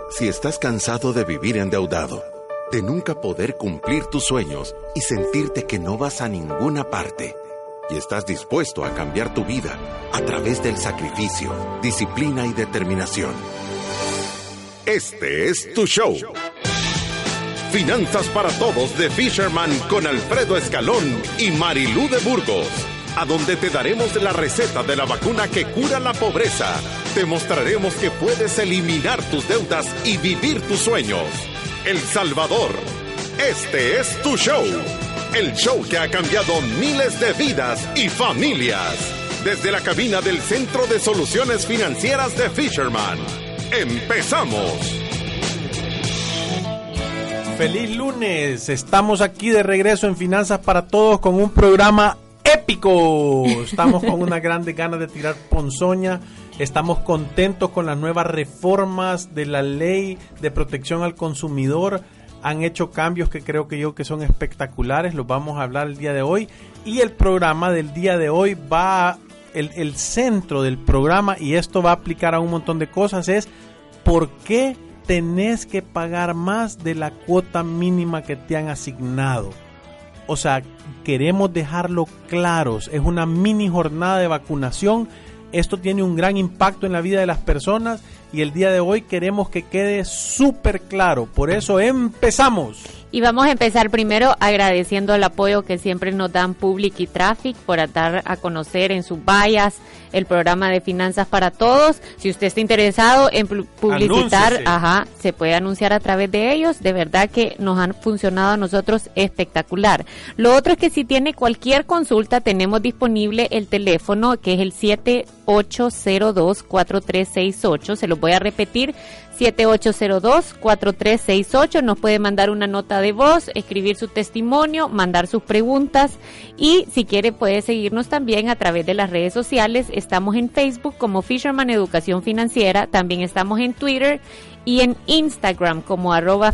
Si estás cansado de vivir endeudado, de nunca poder cumplir tus sueños y sentirte que no vas a ninguna parte, y estás dispuesto a cambiar tu vida a través del sacrificio, disciplina y determinación, este es tu show. Finanzas para Todos de Fisherman con Alfredo Escalón y Marilú de Burgos, a donde te daremos la receta de la vacuna que cura la pobreza. Te mostraremos que puedes eliminar tus deudas y vivir tus sueños. El Salvador, este es tu show. El show que ha cambiado miles de vidas y familias. Desde la cabina del Centro de Soluciones Financieras de Fisherman. ¡Empezamos! ¡Feliz lunes! Estamos aquí de regreso en Finanzas para Todos con un programa épico. Estamos con unas grandes ganas de tirar ponzoña. Estamos contentos con las nuevas reformas de la ley de protección al consumidor. Han hecho cambios que creo que son espectaculares. Los vamos a hablar el día de hoy. Y el programa del día de hoy va, el centro del programa, y esto va a aplicar a un montón de cosas, es ¿por qué tenés que pagar más de la cuota mínima que te han asignado? O sea, queremos dejarlo claros. Es una mini jornada de vacunación. Esto tiene un gran impacto en la vida de las personas y el día de hoy queremos que quede súper claro. Por eso empezamos. Y vamos a empezar primero agradeciendo el apoyo que siempre nos dan Public y Traffic por dar a conocer en sus vallas el programa de Finanzas para Todos. Si usted está interesado en publicitar, se puede anunciar a través de ellos. De verdad que nos han funcionado a nosotros espectacular. Lo otro es que si tiene cualquier consulta, tenemos disponible el teléfono que es el 7802-4368. Se lo voy a repetir. 7802-4368, nos puede mandar una nota de voz, escribir su testimonio, mandar sus preguntas y si quiere puede seguirnos también a través de las redes sociales. Estamos en Facebook como Fisherman Educación Financiera, también estamos en Twitter y en Instagram como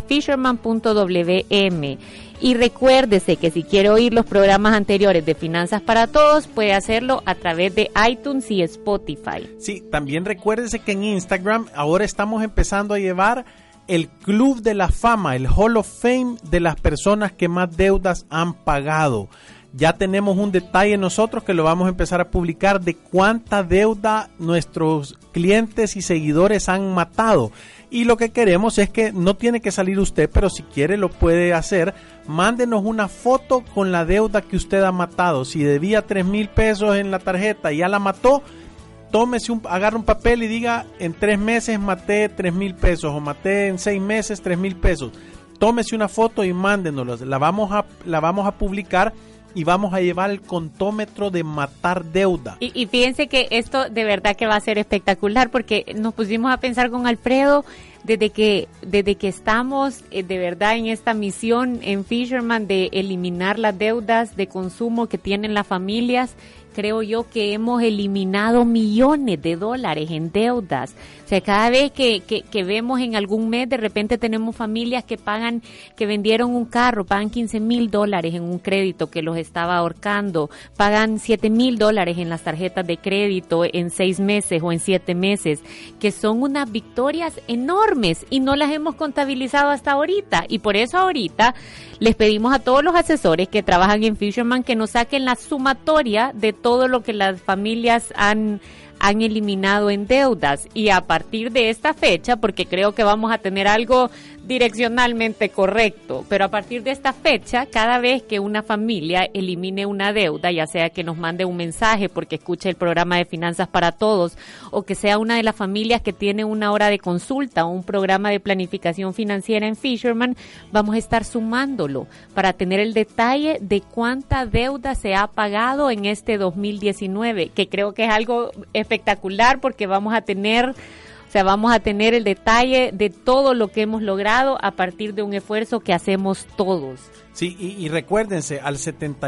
@fisherman.wm. Y recuérdese que si quiere oír los programas anteriores de Finanzas para Todos, puede hacerlo a través de iTunes y Spotify. Sí, también recuérdese que en Instagram ahora estamos empezando a llevar el Club de la Fama, el Hall of Fame de las personas que más deudas han pagado. Ya tenemos un detalle nosotros que lo vamos a empezar a publicar de cuánta deuda nuestros clientes y seguidores han matado. Y lo que queremos es que no tiene que salir usted, pero si quiere lo puede hacer. Mándenos una foto con la deuda que usted ha matado. Si debía 3,000 pesos en la tarjeta y ya la mató, agarre un papel y diga en 3 meses maté 3,000 pesos o maté en 6 meses 3,000 pesos. Tómese una foto y mándenos. La vamos a publicar. Y vamos a llevar el contómetro de matar deuda. Y fíjense que esto de verdad que va a ser espectacular porque nos pusimos a pensar con Alfredo desde que estamos de verdad en esta misión en Fisherman de eliminar las deudas de consumo que tienen las familias. Creo yo que hemos eliminado millones de dólares en deudas. O sea, cada vez que vemos en algún mes, de repente tenemos familias que vendieron un carro, pagan $15,000 en un crédito que los estaba ahorcando, pagan $7,000 en las tarjetas de crédito en 6 meses o en 7 meses, que son unas victorias enormes y no las hemos contabilizado hasta ahorita. Y por eso ahorita les pedimos a todos los asesores que trabajan en Fisherman que nos saquen la sumatoria de todo lo que las familias han eliminado en deudas y a partir de esta fecha, porque creo que vamos a tener algo direccionalmente correcto, pero a partir de esta fecha, cada vez que una familia elimine una deuda, ya sea que nos mande un mensaje porque escuche el programa de Finanzas para Todos o que sea una de las familias que tiene una hora de consulta o un programa de planificación financiera en Fisherman, vamos a estar sumándolo para tener el detalle de cuánta deuda se ha pagado en este 2019, que creo que es algo espectacular porque vamos a tener el detalle de todo lo que hemos logrado a partir de un esfuerzo que hacemos todos. Sí, y recuérdense, al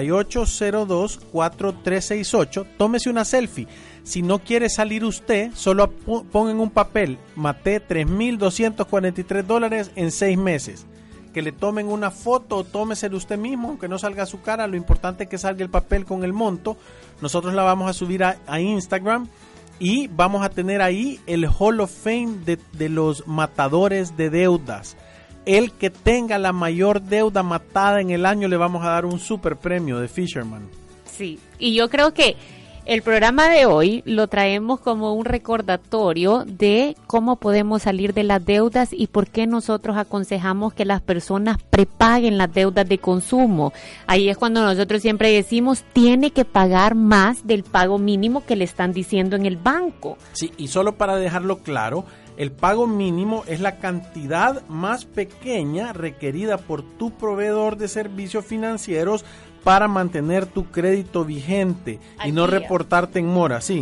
7802-4368, tómese una selfie. Si no quiere salir usted, solo ponga en un papel, maté $3,243 en 6 meses. Que le tomen una foto, tómeselo usted mismo, aunque no salga su cara, lo importante es que salga el papel con el monto. Nosotros la vamos a subir a Instagram. Y vamos a tener ahí el Hall of Fame de los matadores de deudas. El que tenga la mayor deuda matada en el año le vamos a dar un super premio de Fisherman. Sí, y yo creo que el programa de hoy lo traemos como un recordatorio de cómo podemos salir de las deudas y por qué nosotros aconsejamos que las personas prepaguen las deudas de consumo. Ahí es cuando nosotros siempre decimos, tiene que pagar más del pago mínimo que le están diciendo en el banco. Sí, y solo para dejarlo claro, el pago mínimo es la cantidad más pequeña requerida por tu proveedor de servicios financieros para mantener tu crédito vigente y no reportarte en mora. Sí,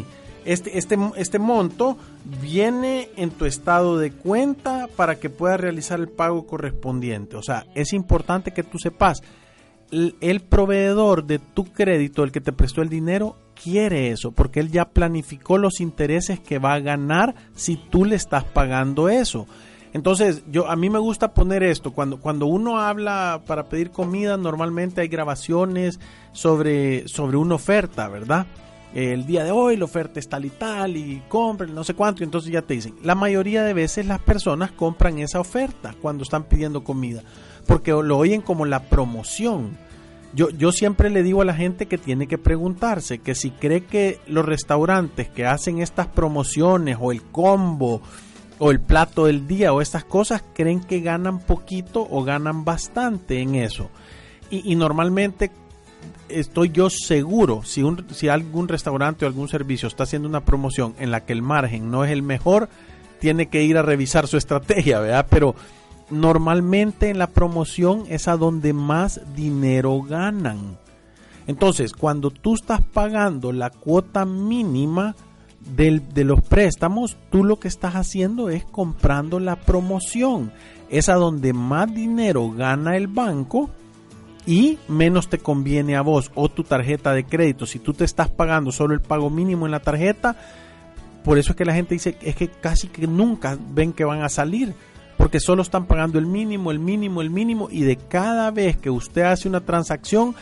este monto viene en tu estado de cuenta para que puedas realizar el pago correspondiente. O sea, es importante que tú sepas, el proveedor de tu crédito, el que te prestó el dinero, quiere eso, porque él ya planificó los intereses que va a ganar si tú le estás pagando eso. Entonces, a mí me gusta poner esto, cuando uno habla para pedir comida, normalmente hay grabaciones sobre una oferta, ¿verdad? El día de hoy la oferta es tal y compren, no sé cuánto, y entonces ya te dicen. La mayoría de veces las personas compran esa oferta cuando están pidiendo comida, porque lo oyen como la promoción. Yo siempre le digo a la gente que tiene que preguntarse, que si cree que los restaurantes que hacen estas promociones o el combo o el plato del día o estas cosas, creen que ganan poquito o ganan bastante en eso. Y normalmente estoy yo seguro, si algún restaurante o algún servicio está haciendo una promoción en la que el margen no es el mejor, tiene que ir a revisar su estrategia, ¿verdad? Pero normalmente en la promoción es a donde más dinero ganan. Entonces, cuando tú estás pagando la cuota mínima de los préstamos, tú lo que estás haciendo es comprando la promoción. Es a donde más dinero gana el banco y menos te conviene a vos o tu tarjeta de crédito. Si tú te estás pagando solo el pago mínimo en la tarjeta, por eso es que la gente dice es que casi que nunca ven que van a salir, porque solo están pagando el mínimo, y de cada vez que usted hace una transacción,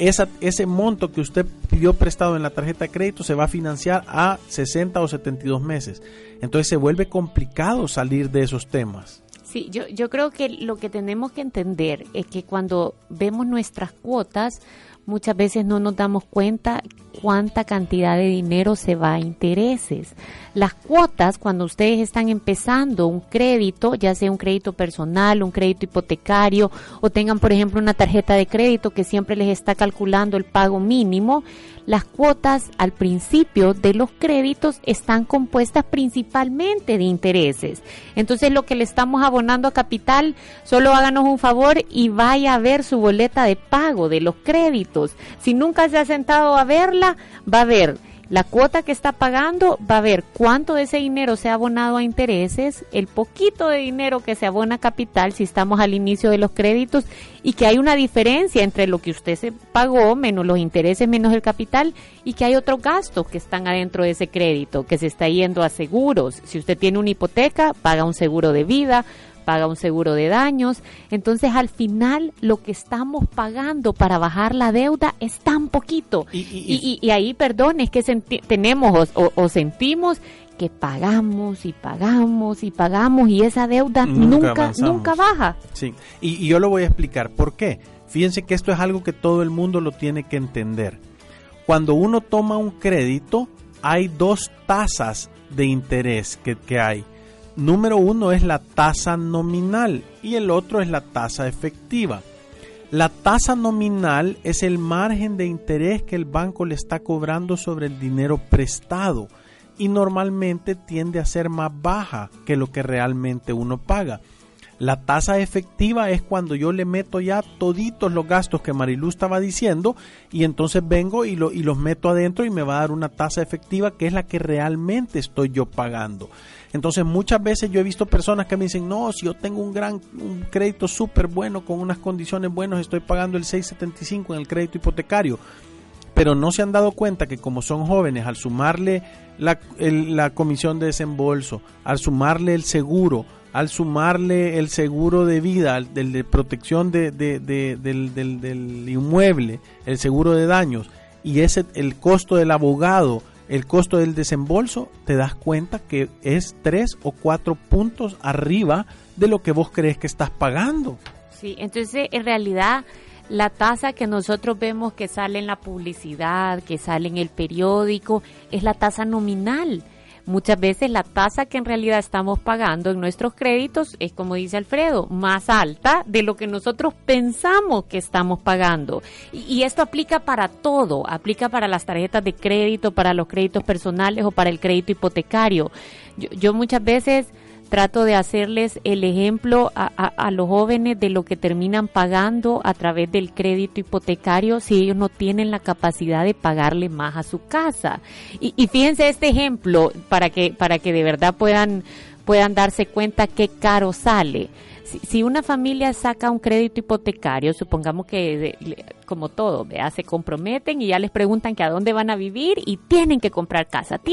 ese monto que usted pidió prestado en la tarjeta de crédito se va a financiar a 60 o 72 meses. Entonces se vuelve complicado salir de esos temas. Sí, yo creo que lo que tenemos que entender es que cuando vemos nuestras cuotas, muchas veces no nos damos cuenta cuánta cantidad de dinero se va a intereses. Las cuotas, cuando ustedes están empezando un crédito, ya sea un crédito personal, un crédito hipotecario, o tengan, por ejemplo, una tarjeta de crédito que siempre les está calculando el pago mínimo, las cuotas al principio de los créditos están compuestas principalmente de intereses. Entonces, lo que le estamos abonando a Capital, solo háganos un favor y vaya a ver su boleta de pago de los créditos. Si nunca se ha sentado a verla, va a ver la cuota que está pagando, va a ver cuánto de ese dinero se ha abonado a intereses, el poquito de dinero que se abona a Capital si estamos al inicio de los créditos, y que hay una diferencia entre lo que usted se pagó menos los intereses menos el capital, y que hay otros gastos que están adentro de ese crédito, que se está yendo a seguros. Si usted tiene una hipoteca, paga un seguro de vida, paga un seguro de daños. Entonces, al final, lo que estamos pagando para bajar la deuda es tan poquito. Y ahí, perdón, es que tenemos o sentimos que pagamos y pagamos y pagamos y esa deuda nunca baja. Sí, y yo lo voy a explicar por qué. Fíjense que esto es algo que todo el mundo lo tiene que entender. Cuando uno toma un crédito, hay dos tasas de interés que hay. Número uno es la tasa nominal y el otro es la tasa efectiva. La tasa nominal es el margen de interés que el banco le está cobrando sobre el dinero prestado y normalmente tiende a ser más baja que lo que realmente uno paga. La tasa efectiva es cuando yo le meto ya toditos los gastos que Marilú estaba diciendo y entonces vengo y los meto adentro y me va a dar una tasa efectiva que es la que realmente estoy yo pagando. Entonces muchas veces yo he visto personas que me dicen, no, si yo tengo un crédito súper bueno con unas condiciones buenas, estoy pagando el 6.75 en el crédito hipotecario. Pero no se han dado cuenta que como son jóvenes, al sumarle la comisión de desembolso, al sumarle el seguro, al sumarle el seguro de vida, el de protección del inmueble, el seguro de daños, y el costo del abogado, el costo del desembolso, te das cuenta que es 3 o 4 puntos arriba de lo que vos crees que estás pagando. Sí, entonces en realidad la tasa que nosotros vemos que sale en la publicidad, que sale en el periódico, es la tasa nominal. Muchas veces la tasa que en realidad estamos pagando en nuestros créditos es, como dice Alfredo, más alta de lo que nosotros pensamos que estamos pagando. Y esto aplica para todo, aplica para las tarjetas de crédito, para los créditos personales o para el crédito hipotecario. Yo muchas veces trato de hacerles el ejemplo a los jóvenes de lo que terminan pagando a través del crédito hipotecario si ellos no tienen la capacidad de pagarle más a su casa. Y fíjense este ejemplo para que de verdad puedan darse cuenta qué caro sale. Si una familia saca un crédito hipotecario, supongamos que como todo, se comprometen y ya les preguntan que a dónde van a vivir y tienen que comprar casa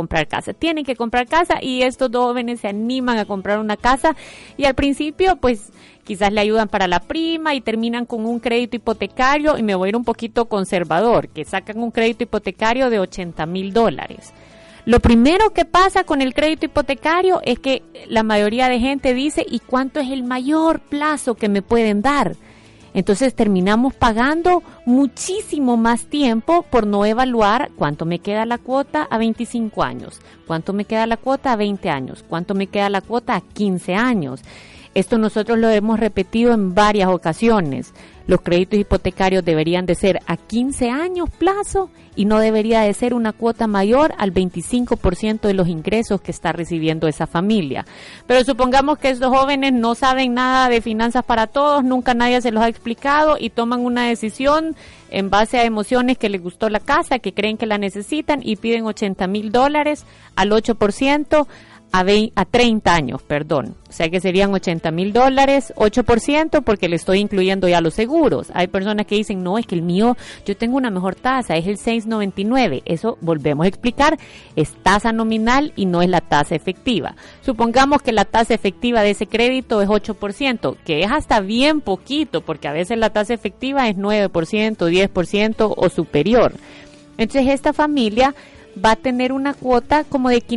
y estos dos jóvenes se animan a comprar una casa y al principio pues quizás le ayudan para la prima y terminan con un crédito hipotecario, y me voy a ir un poquito conservador, que sacan un crédito hipotecario de $80,000. Lo primero que pasa con el crédito hipotecario es que la mayoría de gente dice, ¿y cuánto es el mayor plazo que me pueden dar? Entonces terminamos pagando muchísimo más tiempo por no evaluar cuánto me queda la cuota a 25 años, cuánto me queda la cuota a 20 años, cuánto me queda la cuota a 15 años. Esto nosotros lo hemos repetido en varias ocasiones. Los créditos hipotecarios deberían de ser a 15 años plazo y no debería de ser una cuota mayor al 25% de los ingresos que está recibiendo esa familia. Pero supongamos que estos jóvenes no saben nada de finanzas para todos, nunca nadie se los ha explicado y toman una decisión en base a emociones, que les gustó la casa, que creen que la necesitan y piden $80,000 al 8%. A 30 años, perdón. O sea que serían $80,000, 8%, porque le estoy incluyendo ya los seguros. Hay personas que dicen, no, es que el mío, yo tengo una mejor tasa, es el 6.99. Eso, volvemos a explicar, es tasa nominal y no es la tasa efectiva. Supongamos que la tasa efectiva de ese crédito es 8%, que es hasta bien poquito, porque a veces la tasa efectiva es 9%, 10% o superior. Entonces esta familia va a tener una cuota como de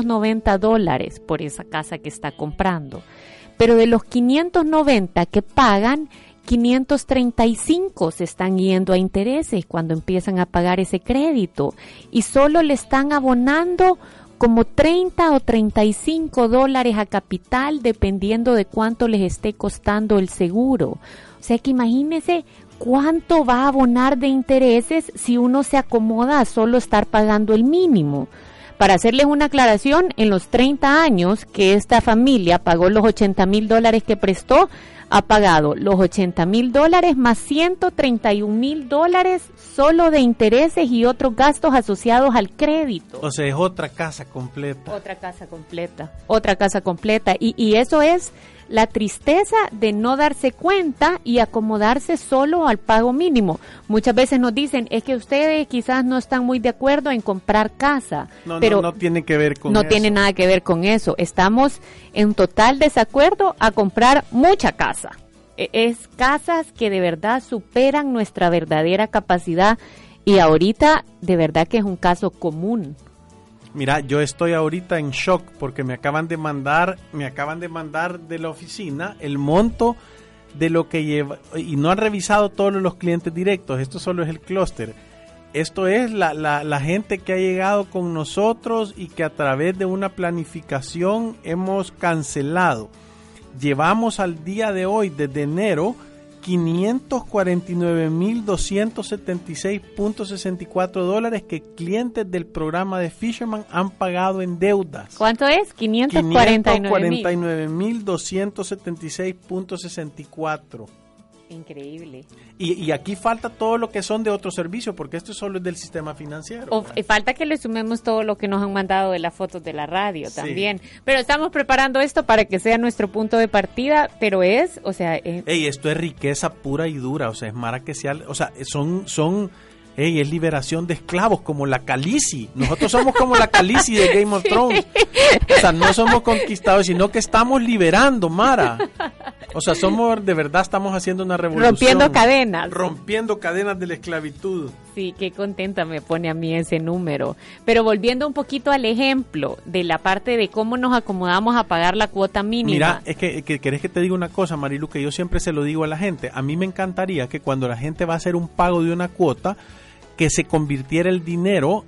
$590 por esa casa que está comprando. Pero de los 590 que pagan, 535 se están yendo a intereses cuando empiezan a pagar ese crédito y solo le están abonando como $30 o $35 a capital, dependiendo de cuánto les esté costando el seguro. O sea que imagínense ¿cuánto va a abonar de intereses si uno se acomoda a solo estar pagando el mínimo? Para hacerles una aclaración, en los 30 años que esta familia pagó los $80,000 que prestó, ha pagado los $80,000 más $131,000 solo de intereses y otros gastos asociados al crédito. O sea, es otra casa completa. Otra casa completa. Y eso es la tristeza de no darse cuenta y acomodarse solo al pago mínimo. Muchas veces nos dicen, es que ustedes quizás no están muy de acuerdo en comprar casa. Pero no tiene que ver con eso. No tiene nada que ver con eso. Estamos en total desacuerdo a comprar mucha casa. Es casas que de verdad superan nuestra verdadera capacidad y ahorita de verdad que es un caso común. Mira, yo estoy ahorita en shock porque me acaban de mandar de la oficina el monto de lo que lleva, y no han revisado todos los clientes directos, esto solo es el clúster. Esto es la gente que ha llegado con nosotros y que a través de una planificación hemos cancelado. Llevamos al día de hoy, desde enero, $549,276.64 que clientes del programa de Fisherman han pagado en deudas. ¿Cuánto es? 549,276.64. Increíble. Y aquí falta todo lo que son de otros servicios, porque esto solo es del sistema financiero. Falta que le sumemos todo lo que nos han mandado de las fotos de la radio también. Pero estamos preparando esto para que sea nuestro punto de partida, pero esto es riqueza pura y dura, o sea, es mara que sea, o sea, es liberación de esclavos, como la Khaleesi. Nosotros somos como la Khaleesi de Game of Thrones. O sea, no somos conquistados, sino que estamos liberando, Mara. O sea, de verdad estamos haciendo una revolución. Rompiendo cadenas de la esclavitud. Sí, qué contenta me pone a mí ese número. Pero volviendo un poquito al ejemplo de la parte de cómo nos acomodamos a pagar la cuota mínima. Mira, es que querés que te diga una cosa, Marilu, que yo siempre se lo digo a la gente. A mí me encantaría que cuando la gente va a hacer un pago de una cuota, que se convirtiera el dinero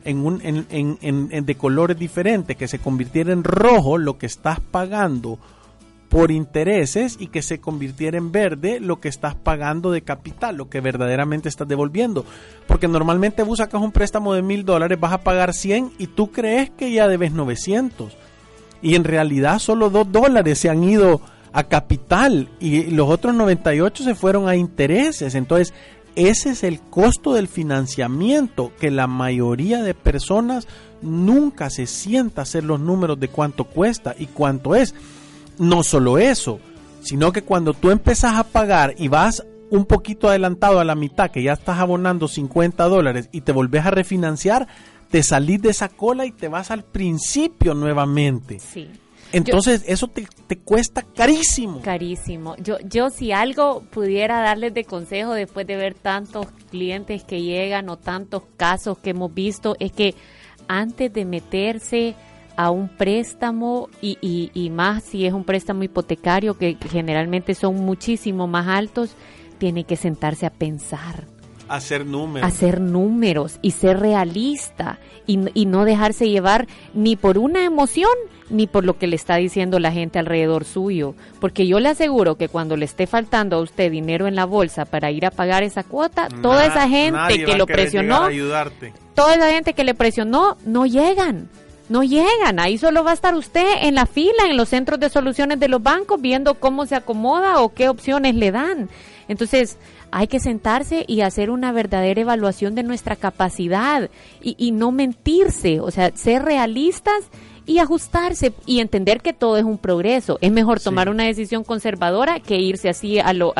en de colores diferentes, que se convirtiera en rojo lo que estás pagando por intereses y que se convirtiera en verde lo que estás pagando de capital, lo que verdaderamente estás devolviendo. Porque normalmente vos sacas un préstamo de $1,000, vas a pagar 100 y tú crees que ya debes 900. Y en realidad solo $2 se han ido a capital y los otros 98 se fueron a intereses. Entonces, ese es el costo del financiamiento, que la mayoría de personas nunca se sienta a hacer los números de cuánto cuesta y cuánto es. No solo eso, sino que cuando tú empezás a pagar y vas un poquito adelantado a la mitad, que ya estás abonando $50 y te volvés a refinanciar, te salís de esa cola y te vas al principio nuevamente. Sí. Entonces eso te cuesta carísimo. Carísimo. Yo si algo pudiera darles de consejo después de ver tantos clientes que llegan o tantos casos que hemos visto, es que antes de meterse a un préstamo y más si es un préstamo hipotecario, que generalmente son muchísimo más altos, tiene que sentarse a pensar. Hacer números Y ser realista y no dejarse llevar ni por una emoción ni por lo que le está diciendo la gente alrededor suyo, porque yo le aseguro que cuando le esté faltando a usted dinero en la bolsa para ir a pagar esa cuota, toda esa gente que lo presionó, toda esa gente que le presionó, no llegan, ahí solo va a estar usted en la fila, en los centros de soluciones de los bancos, viendo cómo se acomoda o qué opciones le dan. Entonces, hay que sentarse y hacer una verdadera evaluación de nuestra capacidad y no mentirse, o sea, ser realistas y ajustarse y entender que todo es un progreso. Es mejor tomar una decisión conservadora que irse así a lo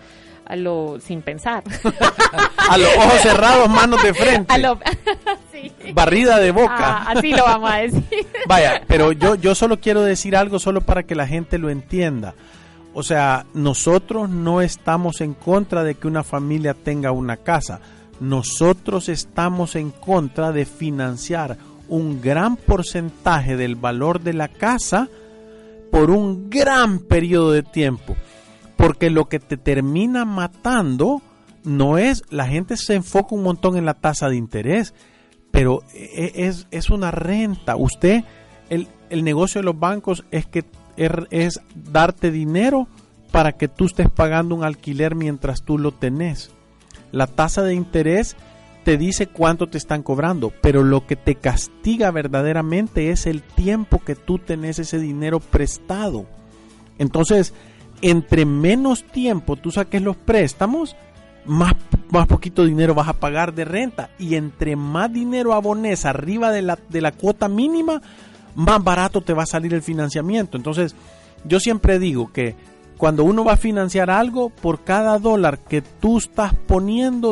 sin pensar. A los ojos cerrados, manos de frente. Sí. Barrida de boca. Así lo vamos a decir. Vaya, pero yo solo quiero decir algo solo para que la gente lo entienda. O sea, nosotros no estamos en contra de que una familia tenga una casa. Nosotros estamos en contra de financiar un gran porcentaje del valor de la casa por un gran periodo de tiempo. Porque lo que te termina matando no es, la gente se enfoca un montón en la tasa de interés, pero es una renta. Usted, el negocio de los bancos es darte dinero para que tú estés pagando un alquiler mientras tú lo tenés. La tasa de interés te dice cuánto te están cobrando, pero lo que te castiga verdaderamente es el tiempo que tú tenés ese dinero prestado. Entonces, entre menos tiempo tú saques los préstamos, más poquito dinero vas a pagar de renta, y entre más dinero abones arriba de la cuota mínima, más barato te va a salir el financiamiento. Entonces, yo siempre digo que cuando uno va a financiar algo, por cada $1 que tú estás poniendo,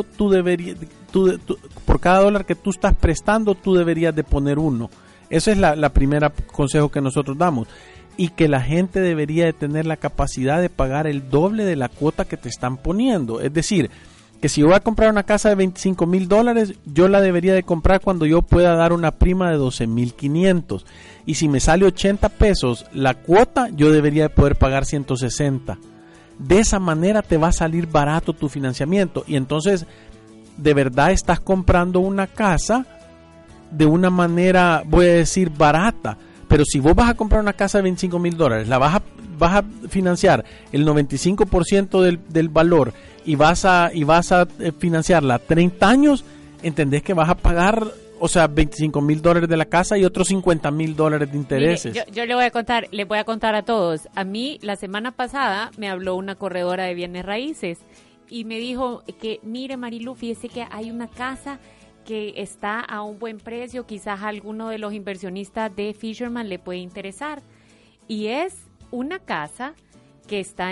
por cada $1 que tú estás prestando, tú deberías de poner $1. Ese es la primera consejo que nosotros damos. Y que la gente debería de tener la capacidad de pagar el doble de la cuota que te están poniendo. Es decir, que si yo voy a comprar una casa de $25,000, yo la debería de comprar cuando yo pueda dar una prima de $12,500. Y si me sale $80 la cuota, yo debería de poder pagar $160. De esa manera te va a salir barato tu financiamiento. Y entonces, de verdad estás comprando una casa de una manera, voy a decir, barata. Pero si vos vas a comprar una casa de $25,000, la vas a financiar el 95% del valor y vas a financiarla 30 años, entendés que vas a pagar, o sea, $25,000 de la casa y otros $50,000 de intereses. Mire, yo les voy a contar a todos. A mí la semana pasada me habló una corredora de bienes raíces y me dijo que, mire, Marilu, fíjese que hay una casa que está a un buen precio, quizás a alguno de los inversionistas de Fisherman le puede interesar. Y es una casa que está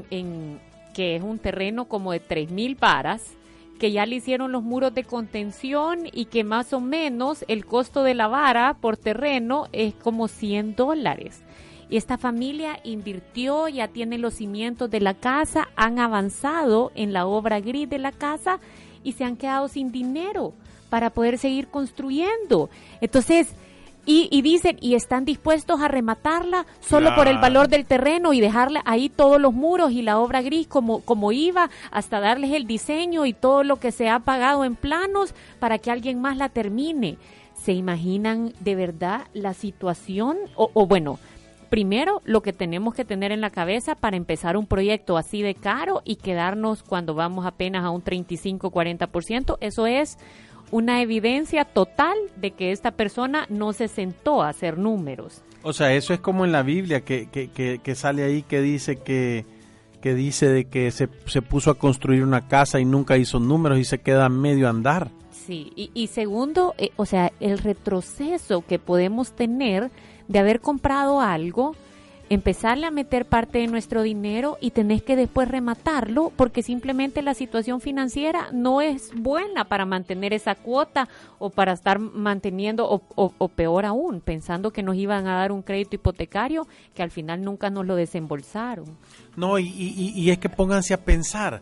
que es un terreno como de 3,000 varas, que ya le hicieron los muros de contención y que más o menos el costo de la vara por terreno es como $100. Y esta familia invirtió, ya tiene los cimientos de la casa, han avanzado en la obra gris de la casa y se han quedado sin dinero para poder seguir construyendo. Entonces, y dicen, y están dispuestos a rematarla solo por el valor del terreno y dejarle ahí todos los muros y la obra gris como iba, hasta darles el diseño y todo lo que se ha pagado en planos para que alguien más la termine. ¿Se imaginan de verdad la situación? O bueno, primero lo que tenemos que tener en la cabeza para empezar un proyecto así de caro y quedarnos cuando vamos apenas a un 35-40%, eso es una evidencia total de que esta persona no se sentó a hacer números. O sea, eso es como en la Biblia que sale ahí que dice dice de que se puso a construir una casa y nunca hizo números y se queda a medio andar. Sí, y segundo, o sea, el retroceso que podemos tener de haber comprado algo, empezarle a meter parte de nuestro dinero y tenés que después rematarlo porque simplemente la situación financiera no es buena para mantener esa cuota o para estar manteniendo o peor aún, pensando que nos iban a dar un crédito hipotecario que al final nunca nos lo desembolsaron. No, y es que pónganse a pensar,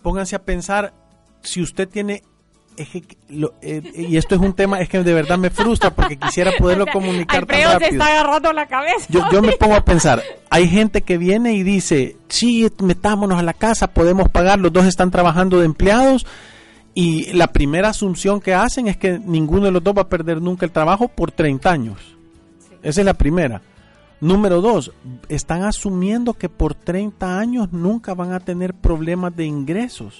si usted tiene... y esto es un tema, es que de verdad me frustra porque quisiera poderlo comunicar tan rápido. Alfredo se está agarrando la cabeza. Yo me pongo a pensar, hay gente que viene y dice, sí, metámonos a la casa, podemos pagar, los dos están trabajando de empleados, y la primera asunción que hacen es que ninguno de los dos va a perder nunca el trabajo por 30 años. Sí. Esa es la primera. Número 2, están asumiendo que por 30 años nunca van a tener problemas de ingresos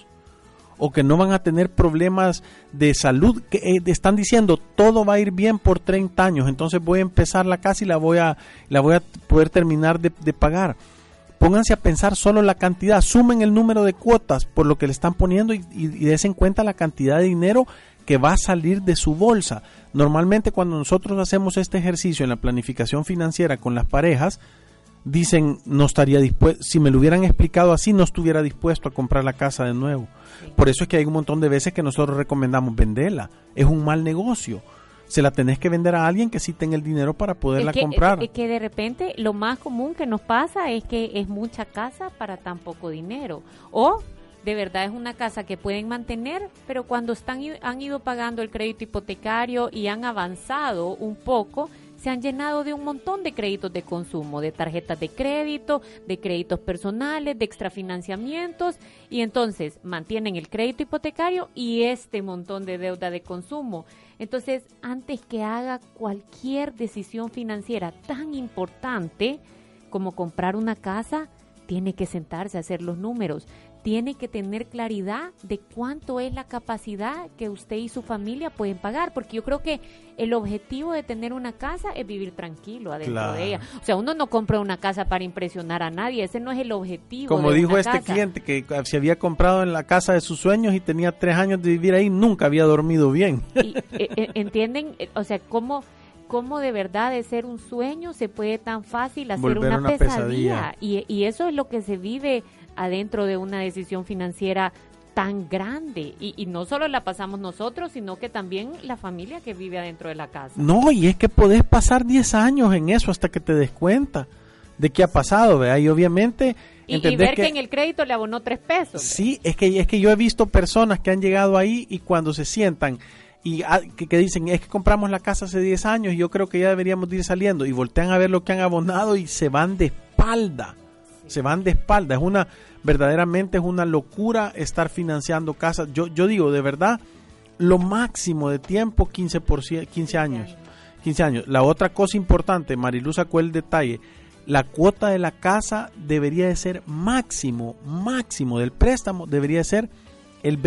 o que no van a tener problemas de salud, que están diciendo todo va a ir bien por 30 años, entonces voy a empezar la casa y la voy a poder terminar de pagar. Pónganse a pensar solo la cantidad, sumen el número de cuotas por lo que le están poniendo y des en cuenta la cantidad de dinero que va a salir de su bolsa. Normalmente cuando nosotros hacemos este ejercicio en la planificación financiera con las parejas, dicen, no estaría dispuesto, si me lo hubieran explicado así, no estuviera dispuesto a comprar la casa de nuevo. Sí. Por eso es que hay un montón de veces que nosotros recomendamos venderla. Es un mal negocio. Se la tenés que vender a alguien que sí tenga el dinero para poderla comprar. Es que de repente lo más común que nos pasa es que es mucha casa para tan poco dinero. O de verdad es una casa que pueden mantener, pero cuando han ido pagando el crédito hipotecario y han avanzado un poco, se han llenado de un montón de créditos de consumo, de tarjetas de crédito, de créditos personales, de extrafinanciamientos, y entonces mantienen el crédito hipotecario y este montón de deuda de consumo. Entonces, antes que haga cualquier decisión financiera tan importante como comprar una casa, tiene que sentarse a hacer los números. Tiene que tener claridad de cuánto es la capacidad que usted y su familia pueden pagar, porque yo creo que el objetivo de tener una casa es vivir tranquilo adentro de ella. O sea, uno no compra una casa para impresionar a nadie, ese no es el objetivo. Como dijo este cliente que se había comprado en la casa de sus sueños y tenía 3 años de vivir ahí, nunca había dormido bien. ¿Entienden? O sea, ¿cómo de verdad de ser un sueño se puede tan fácil hacer una pesadilla? Y eso es lo que se vive adentro de una decisión financiera tan grande, y no solo la pasamos nosotros, sino que también la familia que vive adentro de la casa. No, y es que podés pasar 10 años en eso hasta que te des cuenta de qué ha pasado, ¿verdad? Y obviamente... Y ver que en el crédito le abonó 3 pesos. Sí, es que yo he visto personas que han llegado ahí y cuando se sientan y que dicen, es que compramos la casa hace 10 años y yo creo que ya deberíamos de ir saliendo, y voltean a ver lo que han abonado y se van de espalda. Se van de espalda. Verdaderamente es una locura estar financiando casas. Yo digo, de verdad, lo máximo de tiempo, 15 años. 15 años. La otra cosa importante, Marilu sacó el detalle, la cuota de la casa debería de ser máximo del préstamo, debería de ser el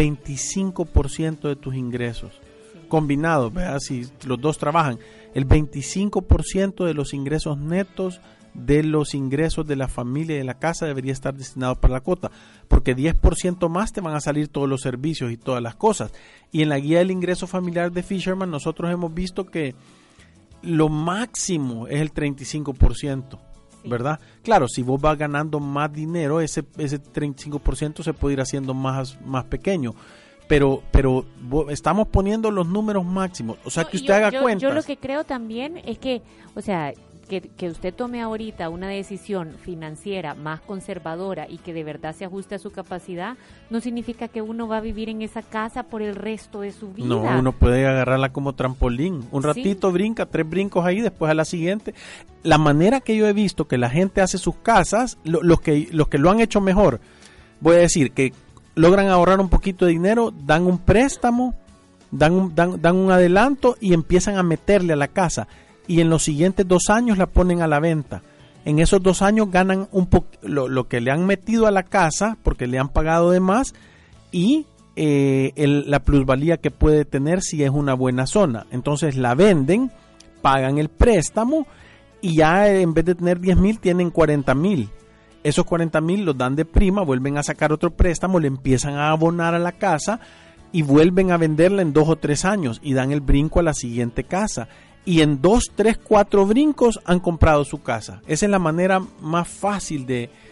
25% de tus ingresos. Combinados, ¿verdad? Si los dos trabajan, el 25% de los ingresos netos de los ingresos de la familia y de la casa debería estar destinado para la cuota, porque 10% más te van a salir todos los servicios y todas las cosas. Y en la guía del ingreso familiar de Fisherman nosotros hemos visto que lo máximo es el 35%, ¿verdad? Claro, si vos vas ganando más dinero, ese 35% se puede ir haciendo más pequeño. Pero estamos poniendo los números máximos, o sea, que usted haga cuentas. Yo lo que creo también es que, o sea, que usted tome ahorita una decisión financiera más conservadora y que de verdad se ajuste a su capacidad, no significa que uno va a vivir en esa casa por el resto de su vida. No, uno puede agarrarla como trampolín. Un ratito sí. Brinca, 3 brincos ahí, después a la siguiente. La manera que yo he visto que la gente hace sus casas, los que lo han hecho mejor, voy a decir que logran ahorrar un poquito de dinero, dan un préstamo, dan un adelanto y empiezan a meterle a la casa. Y en los siguientes 2 años la ponen a la venta. En esos 2 años ganan lo que le han metido a la casa, porque le han pagado de más, y la plusvalía que puede tener si es una buena zona. Entonces la venden, pagan el préstamo, y ya en vez de tener 10,000 tienen 40,000. Esos 40,000 los dan de prima, vuelven a sacar otro préstamo, le empiezan a abonar a la casa y vuelven a venderla en 2 o 3 años y dan el brinco a la siguiente casa. Y en 2, 3, 4 brincos han comprado su casa. Esa es la manera más fácil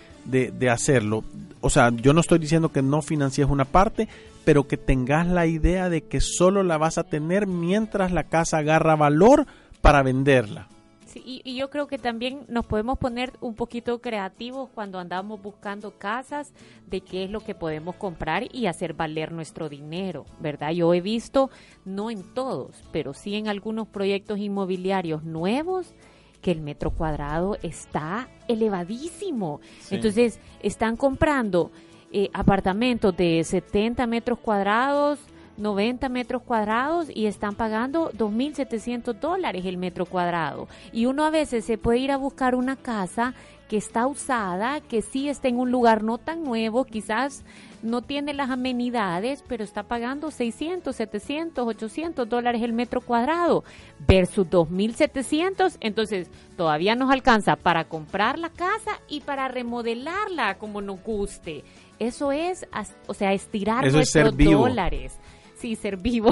de hacerlo. O sea, yo no estoy diciendo que no financies una parte, pero que tengas la idea de que solo la vas a tener mientras la casa agarra valor para venderla. Sí, y yo creo que también nos podemos poner un poquito creativos cuando andamos buscando casas de qué es lo que podemos comprar y hacer valer nuestro dinero, ¿verdad? Yo he visto, no en todos, pero sí en algunos proyectos inmobiliarios nuevos, que el metro cuadrado está elevadísimo. Sí. Entonces, están comprando apartamentos de 70 metros cuadrados, 90 metros cuadrados y están pagando $2,700 el metro cuadrado. Y uno a veces se puede ir a buscar una casa que está usada, que sí está en un lugar no tan nuevo, quizás no tiene las amenidades, pero está pagando $600, $700, $800 el metro cuadrado versus $2,700. Entonces todavía nos alcanza para comprar la casa y para remodelarla como nos guste. Eso es, o sea, estirar eso nuestros dólares. Sí, ser vivo.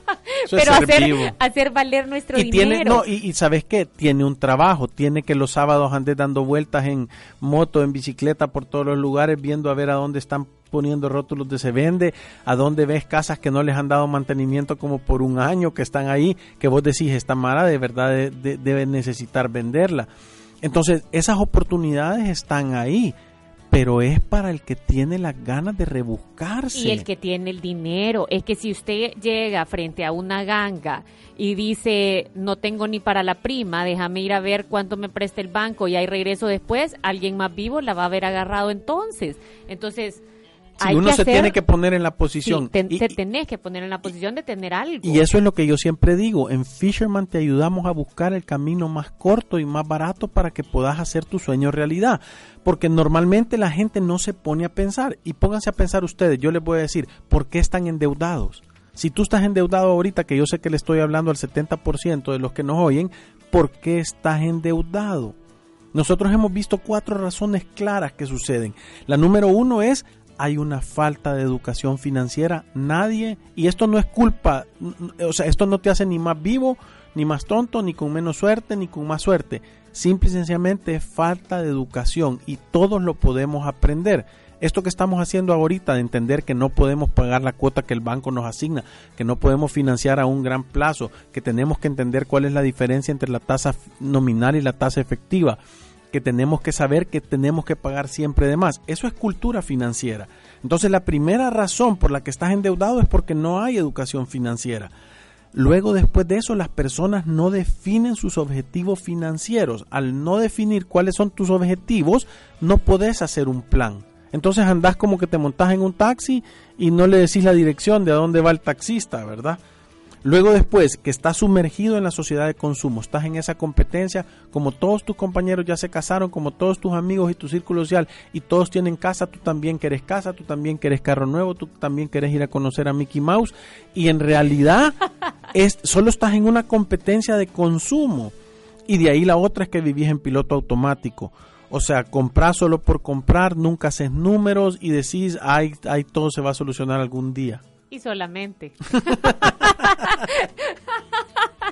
Pero hacer valer nuestro dinero. Y ¿sabes qué? Tiene un trabajo. Tiene que los sábados andes dando vueltas en moto, en bicicleta por todos los lugares, viendo a ver a dónde están poniendo rótulos de se vende, a dónde ves casas que no les han dado mantenimiento como por 1 año, que están ahí, que vos decís, esta mara de verdad debe necesitar venderla. Entonces, esas oportunidades están ahí. Pero es para el que tiene las ganas de rebuscarse. Y el que tiene el dinero. Es que si usted llega frente a una ganga y dice, no tengo ni para la prima, déjame ir a ver cuánto me presta el banco y ahí regreso después, alguien más vivo la va a haber agarrado entonces. Entonces, sí, uno se tiene que poner en la posición. Sí, te tenés que poner en la posición de tener algo. Y eso es lo que yo siempre digo. En Fisherman te ayudamos a buscar el camino más corto y más barato para que puedas hacer tu sueño realidad. Porque normalmente la gente no se pone a pensar. Y pónganse a pensar ustedes, yo les voy a decir, ¿por qué están endeudados? Si tú estás endeudado ahorita, que yo sé que le estoy hablando al 70% de los que nos oyen, ¿por qué estás endeudado? Nosotros hemos visto 4 razones claras que suceden. La número 1 es, hay una falta de educación financiera. Nadie, y esto no es culpa, o sea, esto no te hace ni más vivo, ni más tonto, ni con menos suerte, ni con más suerte. Simple y sencillamente es falta de educación y todos lo podemos aprender. Esto que estamos haciendo ahorita de entender que no podemos pagar la cuota que el banco nos asigna, que no podemos financiar a un gran plazo, que tenemos que entender cuál es la diferencia entre la tasa nominal y la tasa efectiva, que tenemos que saber que tenemos que pagar siempre de más. Eso es cultura financiera. Entonces la primera razón por la que estás endeudado es porque no hay educación financiera. Luego, después de eso, las personas no definen sus objetivos financieros. Al no definir cuáles son tus objetivos, no podés hacer un plan. Entonces andás como que te montás en un taxi y no le decís la dirección de a dónde va el taxista, ¿verdad? Luego después que estás sumergido en la sociedad de consumo, estás en esa competencia, como todos tus compañeros ya se casaron, como todos tus amigos y tu círculo social, y todos tienen casa, tú también querés casa, tú también querés carro nuevo, tú también querés ir a conocer a Mickey Mouse, y en realidad solo estás en una competencia de consumo, y de ahí la otra es que vivís en piloto automático. O sea, comprás solo por comprar, nunca haces números y decís, ay, todo se va a solucionar algún día. Y solamente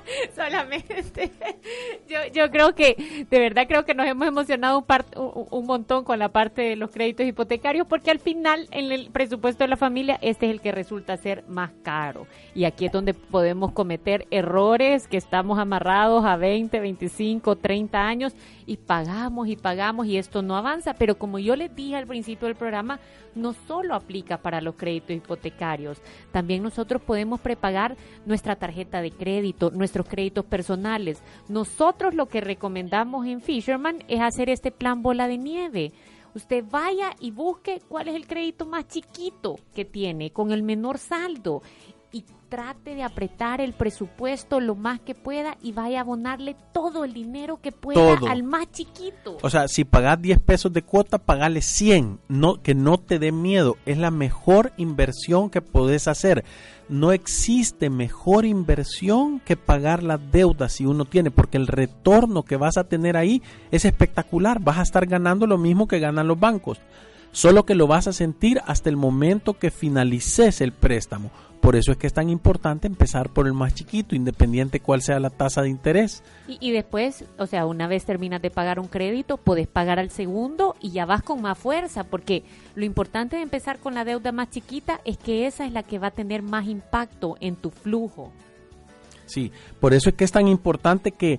la mente. Yo creo que, de verdad creo que nos hemos emocionado un montón con la parte de los créditos hipotecarios, porque al final en el presupuesto de la familia este es el que resulta ser más caro. Y aquí es donde podemos cometer errores, que estamos amarrados a 20, 25, 30 años y pagamos y esto no avanza. Pero como yo les dije al principio del programa, no solo aplica para los créditos hipotecarios, también nosotros podemos prepagar nuestra tarjeta de crédito, nuestros créditos personales. Nosotros lo que recomendamos en Fisherman es hacer este plan bola de nieve. Usted vaya y busque cuál es el crédito más chiquito que tiene, con el menor saldo, y trate de apretar el presupuesto lo más que pueda y vaya a abonarle todo el dinero que pueda al más chiquito. O sea, si pagas 10 pesos de cuota, pagale 100, que no te dé miedo. Es la mejor inversión que podés hacer. No existe mejor inversión que pagar las deudas si uno tiene, porque el retorno que vas a tener ahí es espectacular. Vas a estar ganando lo mismo que ganan los bancos, solo que lo vas a sentir hasta el momento que finalices el préstamo. Por eso es que es tan importante empezar por el más chiquito, independiente cuál sea la tasa de interés. Y después, o sea, una vez terminas de pagar un crédito, puedes pagar al segundo y ya vas con más fuerza, porque lo importante de empezar con la deuda más chiquita es que esa es la que va a tener más impacto en tu flujo. Sí, por eso es que es tan importante que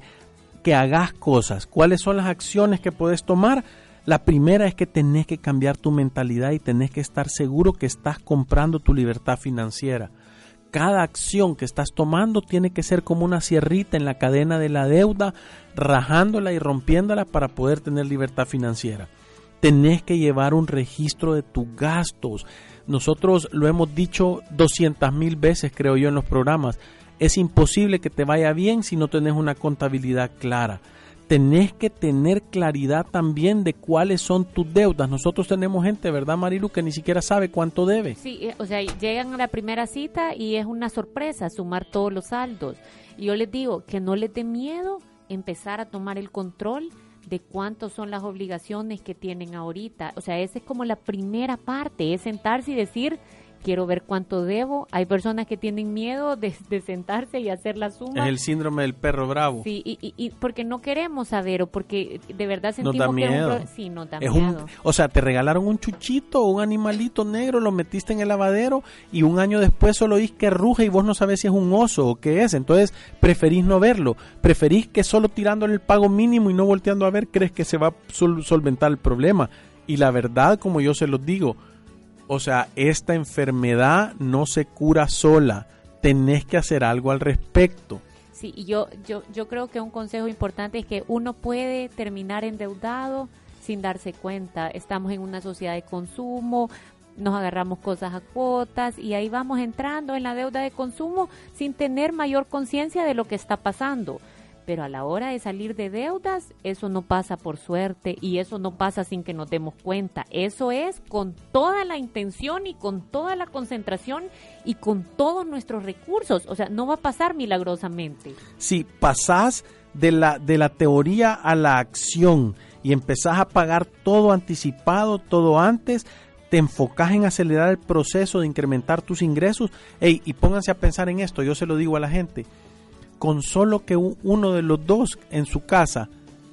hagas cosas. ¿Cuáles son las acciones que puedes tomar? La primera es que tenés que cambiar tu mentalidad y tenés que estar seguro que estás comprando tu libertad financiera. Cada acción que estás tomando tiene que ser como una sierrita en la cadena de la deuda, rajándola y rompiéndola para poder tener libertad financiera. Tenés que llevar un registro de tus gastos. Nosotros lo hemos dicho 200,000 veces, creo yo, en los programas. Es imposible que te vaya bien si no tenés una contabilidad clara. Tenés que tener claridad también de cuáles son tus deudas. Nosotros tenemos gente, ¿verdad, Marilu?, que ni siquiera sabe cuánto debe. Sí, o sea, llegan a la primera cita y es una sorpresa sumar todos los saldos. Y yo les digo que no les dé miedo empezar a tomar el control de cuántos son las obligaciones que tienen ahorita. O sea, esa es como la primera parte, es sentarse y decir, quiero ver cuánto debo. Hay personas que tienen miedo de sentarse y hacer la suma. Es el síndrome del perro bravo. Sí, y porque no queremos saber, o porque de verdad sentimos nos da miedo. Sí, nos da miedo. O sea, te regalaron un chuchito o un animalito negro, lo metiste en el lavadero y un año después solo oís que ruge y vos no sabés si es un oso o qué es. Entonces preferís no verlo. Preferís que solo tirándole el pago mínimo y no volteando a ver crees que se va a solventar el problema. Y la verdad, como yo se los digo, o sea, esta enfermedad no se cura sola. Tenés que hacer algo al respecto. Sí, y yo creo que un consejo importante es que uno puede terminar endeudado sin darse cuenta. Estamos en una sociedad de consumo, nos agarramos cosas a cuotas y ahí vamos entrando en la deuda de consumo sin tener mayor conciencia de lo que está pasando. Pero a la hora de salir de deudas, eso no pasa por suerte y eso no pasa sin que nos demos cuenta. Eso es con toda la intención y con toda la concentración y con todos nuestros recursos. O sea, no va a pasar milagrosamente. Si pasás de la teoría a la acción y empezás a pagar todo anticipado, todo antes, te enfocás en acelerar el proceso de incrementar tus ingresos. Y pónganse a pensar en esto, yo se lo digo a la gente. Con solo que uno de los dos en su casa,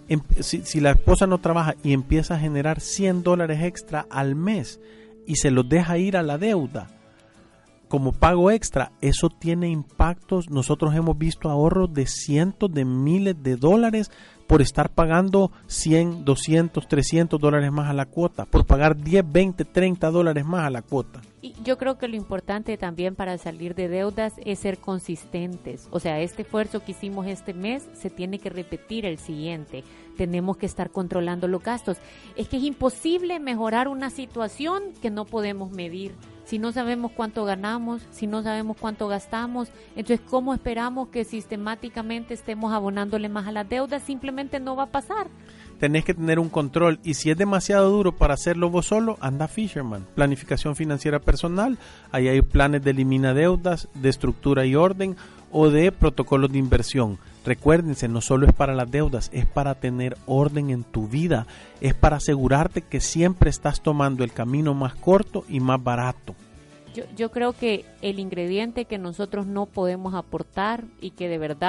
si la esposa no trabaja y empieza a generar $100 extra al mes y se los deja ir a la deuda como pago extra, eso tiene impactos. Nosotros hemos visto ahorros de cientos de miles de dólares por estar pagando $100, $200, $300 más a la cuota, por pagar $10, $20, $30 más a la cuota. Y yo creo que lo importante también para salir de deudas es ser consistentes. O sea, este esfuerzo que hicimos este mes se tiene que repetir el siguiente. Tenemos que estar controlando los gastos. Es que es imposible mejorar una situación que no podemos medir. Si no sabemos cuánto ganamos, si no sabemos cuánto gastamos, entonces ¿cómo esperamos que sistemáticamente estemos abonándole más a las deudas? Simplemente no va a pasar. Tenés que tener un control y si es demasiado duro para hacerlo vos solo, anda a Fisherman, planificación financiera personal. Ahí hay planes de elimina deudas, de estructura y orden o de protocolos de inversión. Recuérdense, no solo es para las deudas, es para tener orden en tu vida, es para asegurarte que siempre estás tomando el camino más corto y más barato. Yo creo que el ingrediente que nosotros no podemos aportar y que de verdad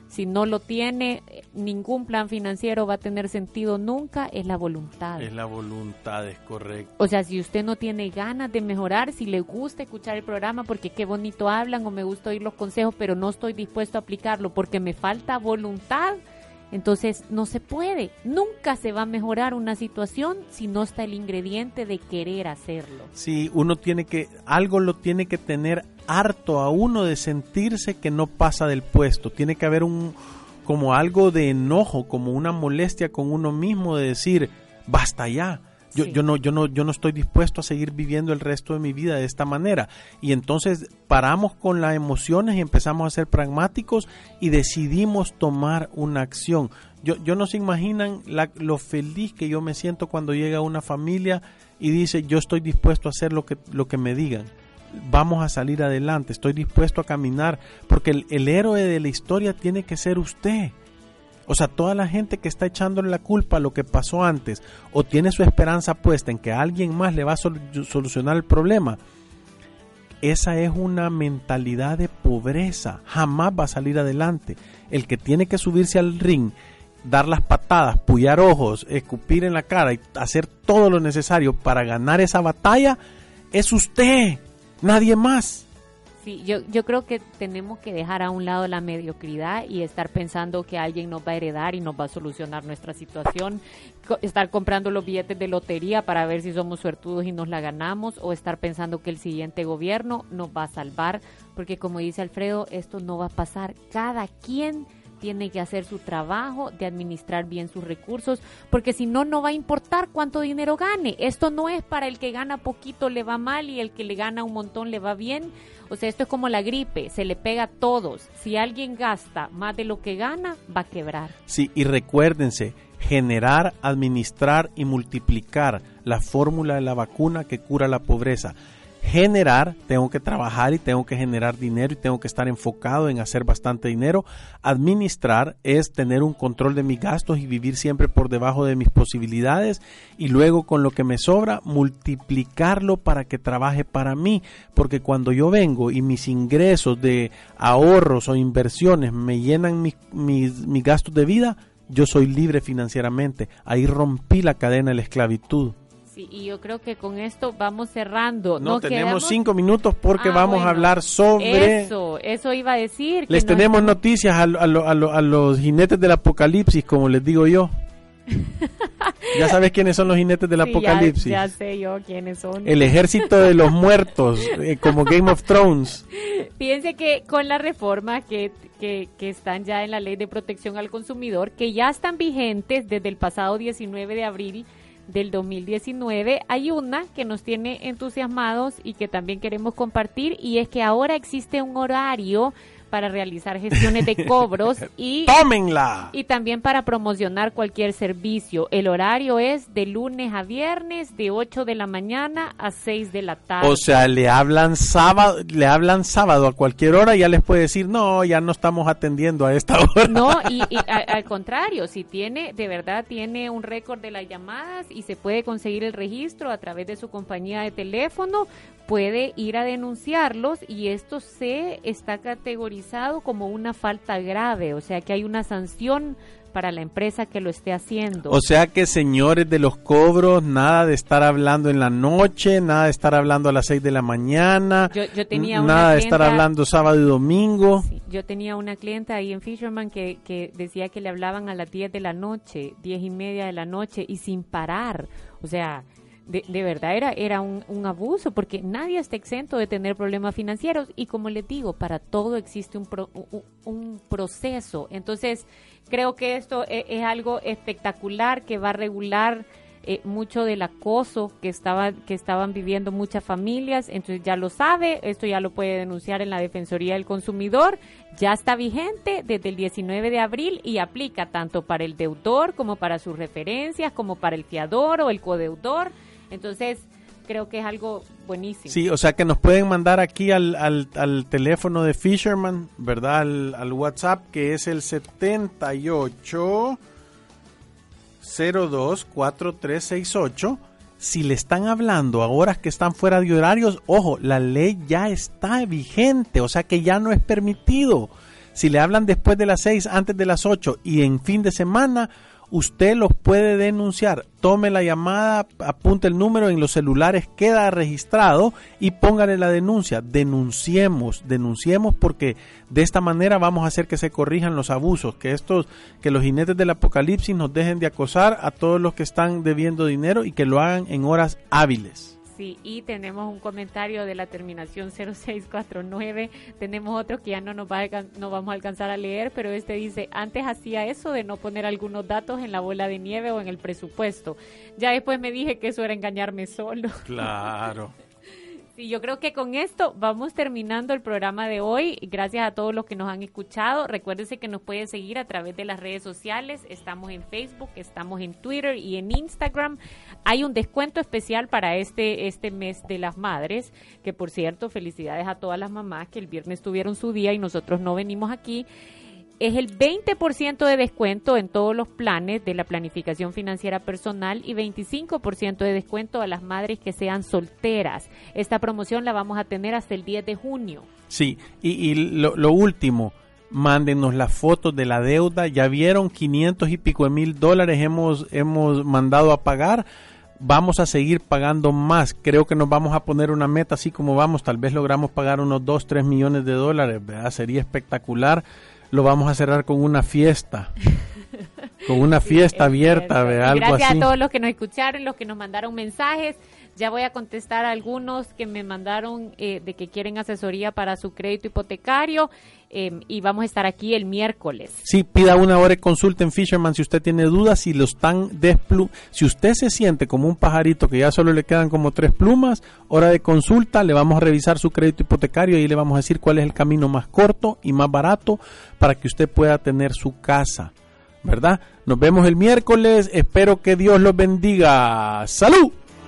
si no lo tiene, ningún plan financiero va a tener sentido nunca, es la voluntad. Es la voluntad, es correcto. O sea, si usted no tiene ganas de mejorar, si le gusta escuchar el programa porque qué bonito hablan o me gusta oír los consejos, pero no estoy dispuesto a aplicarlo porque me falta voluntad, entonces no se puede. Nunca se va a mejorar una situación si no está el ingrediente de querer hacerlo. Sí, algo lo tiene que tener harto a uno de sentirse que no pasa del puesto. Tiene que haber como algo de enojo, como una molestia con uno mismo de decir, basta ya. Yo no estoy dispuesto a seguir viviendo el resto de mi vida de esta manera. Y entonces paramos con las emociones y empezamos a ser pragmáticos y decidimos tomar una acción. Yo no se imaginan lo feliz que yo me siento cuando llega una familia y dice, yo estoy dispuesto a hacer lo que me digan. Vamos a salir adelante, estoy dispuesto a caminar, porque el héroe de la historia tiene que ser usted. O sea, toda la gente que está echándole la culpa a lo que pasó antes o tiene su esperanza puesta en que alguien más le va a solucionar el problema, esa es una mentalidad de pobreza, jamás va a salir adelante. El que tiene que subirse al ring, dar las patadas, pullar ojos, escupir en la cara y hacer todo lo necesario para ganar esa batalla, es usted, nadie más. Sí, yo creo que tenemos que dejar a un lado la mediocridad y estar pensando que alguien nos va a heredar y nos va a solucionar nuestra situación, estar comprando los billetes de lotería para ver si somos suertudos y nos la ganamos, o estar pensando que el siguiente gobierno nos va a salvar, porque como dice Alfredo, esto no va a pasar. Cada quien tiene que hacer su trabajo de administrar bien sus recursos, porque si no, no va a importar cuánto dinero gane. Esto no es para el que gana poquito le va mal y el que le gana un montón le va bien. O sea, esto es como la gripe, se le pega a todos. Si alguien gasta más de lo que gana, va a quebrar. Sí, y recuérdense, generar, administrar y multiplicar la fórmula de la vacuna que cura la pobreza. Generar, tengo que trabajar y tengo que generar dinero y tengo que estar enfocado en hacer bastante dinero. Administrar es tener un control de mis gastos y vivir siempre por debajo de mis posibilidades, y luego con lo que me sobra multiplicarlo para que trabaje para mí, porque cuando yo vengo y mis ingresos de ahorros o inversiones me llenan mis gastos de vida, yo soy libre financieramente. Ahí rompí la cadena de la esclavitud. Sí, y yo creo que con esto vamos cerrando. No, tenemos 5 minutos porque vamos a hablar sobre... Eso iba a decir. Les tenemos noticias a los jinetes del apocalipsis, como les digo yo. Ya sabes quiénes son los jinetes del apocalipsis. Ya sé yo quiénes son. El ejército de los muertos, como Game of Thrones. Fíjense que con las reformas que están ya en la Ley de Protección al Consumidor, que ya están vigentes desde el pasado 19 de abril del 2019, hay una que nos tiene entusiasmados y que también queremos compartir, y es que ahora existe un horario para realizar gestiones de cobros y ¡tómenla! Y también para promocionar cualquier servicio. El horario es de lunes a viernes, de 8 de la mañana a 6 de la tarde. O sea, le hablan sábado a cualquier hora y ya les puede decir, no, ya no estamos atendiendo a esta hora. No, y al contrario, si de verdad tiene un récord de las llamadas y se puede conseguir el registro a través de su compañía de teléfono, puede ir a denunciarlos, y esto se está categorizado como una falta grave, o sea que hay una sanción para la empresa que lo esté haciendo. O sea que, señores de los cobros, nada de estar hablando en la noche, nada de estar hablando a las 6 de la mañana, yo tenía nada una de estar hablando sábado y domingo. Sí, yo tenía una clienta ahí en Fisherman que decía que le hablaban a las 10 de la noche, 10:30 de la noche, y sin parar. O sea, de verdad era un abuso, porque nadie está exento de tener problemas financieros, y como les digo, para todo existe un proceso. Entonces creo que esto es algo espectacular que va a regular mucho del acoso que estaban viviendo muchas familias. Entonces ya lo sabe, esto ya lo puede denunciar en la Defensoría del Consumidor. Ya está vigente desde el 19 de abril y aplica tanto para el deudor como para sus referencias, como para el fiador o el codeudor. Entonces creo que es algo buenísimo. Sí, o sea que nos pueden mandar aquí al teléfono de Fisherman, ¿verdad? Al WhatsApp, que es el 78024368. Si le están hablando a horas que están fuera de horarios, ojo, la ley ya está vigente, o sea que ya no es permitido. Si le hablan después de las 6, antes de las 8 y en fin de semana, usted los puede denunciar. Tome la llamada, apunte el número, en los celulares queda registrado y póngale la denuncia. Denunciemos porque de esta manera vamos a hacer que se corrijan los abusos, que los jinetes del apocalipsis nos dejen de acosar a todos los que están debiendo dinero y que lo hagan en horas hábiles. Sí, y tenemos un comentario de la terminación 0649, tenemos otro que ya no vamos a alcanzar a leer, pero este dice, antes hacía eso de no poner algunos datos en la bola de nieve o en el presupuesto, ya después me dije que eso era engañarme solo. Claro. Sí, yo creo que con esto vamos terminando el programa de hoy. Gracias a todos los que nos han escuchado. Recuérdense que nos pueden seguir a través de las redes sociales. Estamos en Facebook, estamos en Twitter y en Instagram. Hay un descuento especial para este mes de las madres, que por cierto, felicidades a todas las mamás que el viernes tuvieron su día y nosotros no venimos aquí. Es el 20% de descuento en todos los planes de la planificación financiera personal y 25% de descuento a las madres que sean solteras. Esta promoción la vamos a tener hasta el 10 de junio. Sí, y lo último, mándenos las fotos de la deuda. Ya vieron, 500 y pico de $1,000 hemos mandado a pagar. Vamos a seguir pagando más. Creo que nos vamos a poner una meta así como vamos. Tal vez logramos pagar unos $2-3 millones, ¿verdad? Sería espectacular. Lo vamos a cerrar con una fiesta. Con una fiesta abierta, ¿verdad? Algo gracias así. A todos los que nos escucharon, los que nos mandaron mensajes. Ya voy a contestar a algunos que me mandaron de que quieren asesoría para su crédito hipotecario y vamos a estar aquí el miércoles. Sí, pida una hora de consulta en Fisherman si usted tiene dudas, si si usted se siente como un pajarito que ya solo le quedan como 3 plumas, hora de consulta, le vamos a revisar su crédito hipotecario y le vamos a decir cuál es el camino más corto y más barato para que usted pueda tener su casa, ¿verdad? Nos vemos el miércoles, espero que Dios los bendiga. ¡Salud!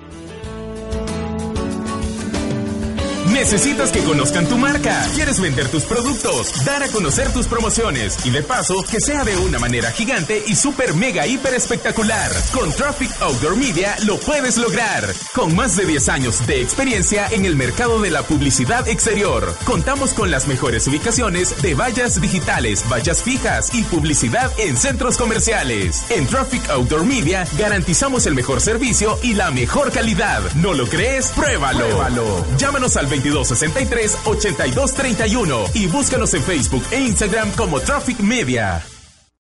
Necesitas que conozcan tu marca, quieres vender tus productos, dar a conocer tus promociones y de paso que sea de una manera gigante y súper mega hiper espectacular. Con Traffic Outdoor Media lo puedes lograr. Con más de 10 años de experiencia en el mercado de la publicidad exterior, contamos con las mejores ubicaciones de vallas digitales, vallas fijas y publicidad en centros comerciales. En Traffic Outdoor Media garantizamos el mejor servicio y la mejor calidad. ¿No lo crees? Pruébalo. Llámanos al 2263-8231 y búscanos en Facebook e Instagram como Traffic Media.